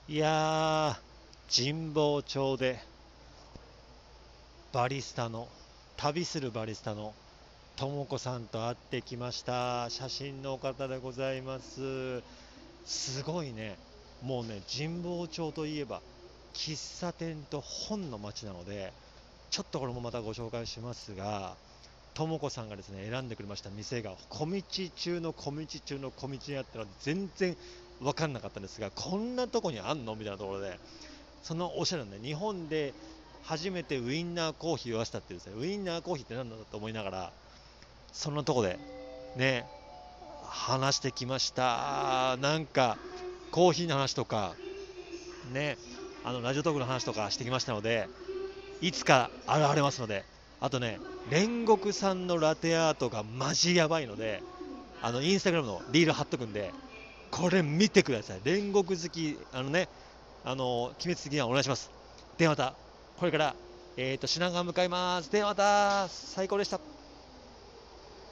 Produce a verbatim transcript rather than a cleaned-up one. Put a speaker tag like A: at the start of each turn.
A: いやー、神保町でバリスタの、旅するバリスタのともこさんと会ってきました。写真の方でございます。すごいね。もうね、神保町といえば、喫茶店と本の街なので、ちょっとこれもまたご紹介しますが、ともこさんがですね、選んでくれました店が、小道中の小道中の小道にあったので、全然わかんなかったんですが、こんなとこにあんのみたいなところで、そのおしゃれなね、日本で初めてウインナーコーヒーを出したっていうですね、ウインナーコーヒーって何なんだと思いながら、そんなとこでね、話してきました。なんか、コーヒーの話とか、ね、あの、ラジオトークの話とかしてきましたので、いつか現れますので、あとね、煉獄さんのラテアートがマジやばいので、あの、インスタグラムのリール貼っとくんで、これ見てください。煉獄好き、あのね、あの、鬼滅的にはお願いします。ではまた、これから、えーと、品川向かいます。ではまた、最高でした。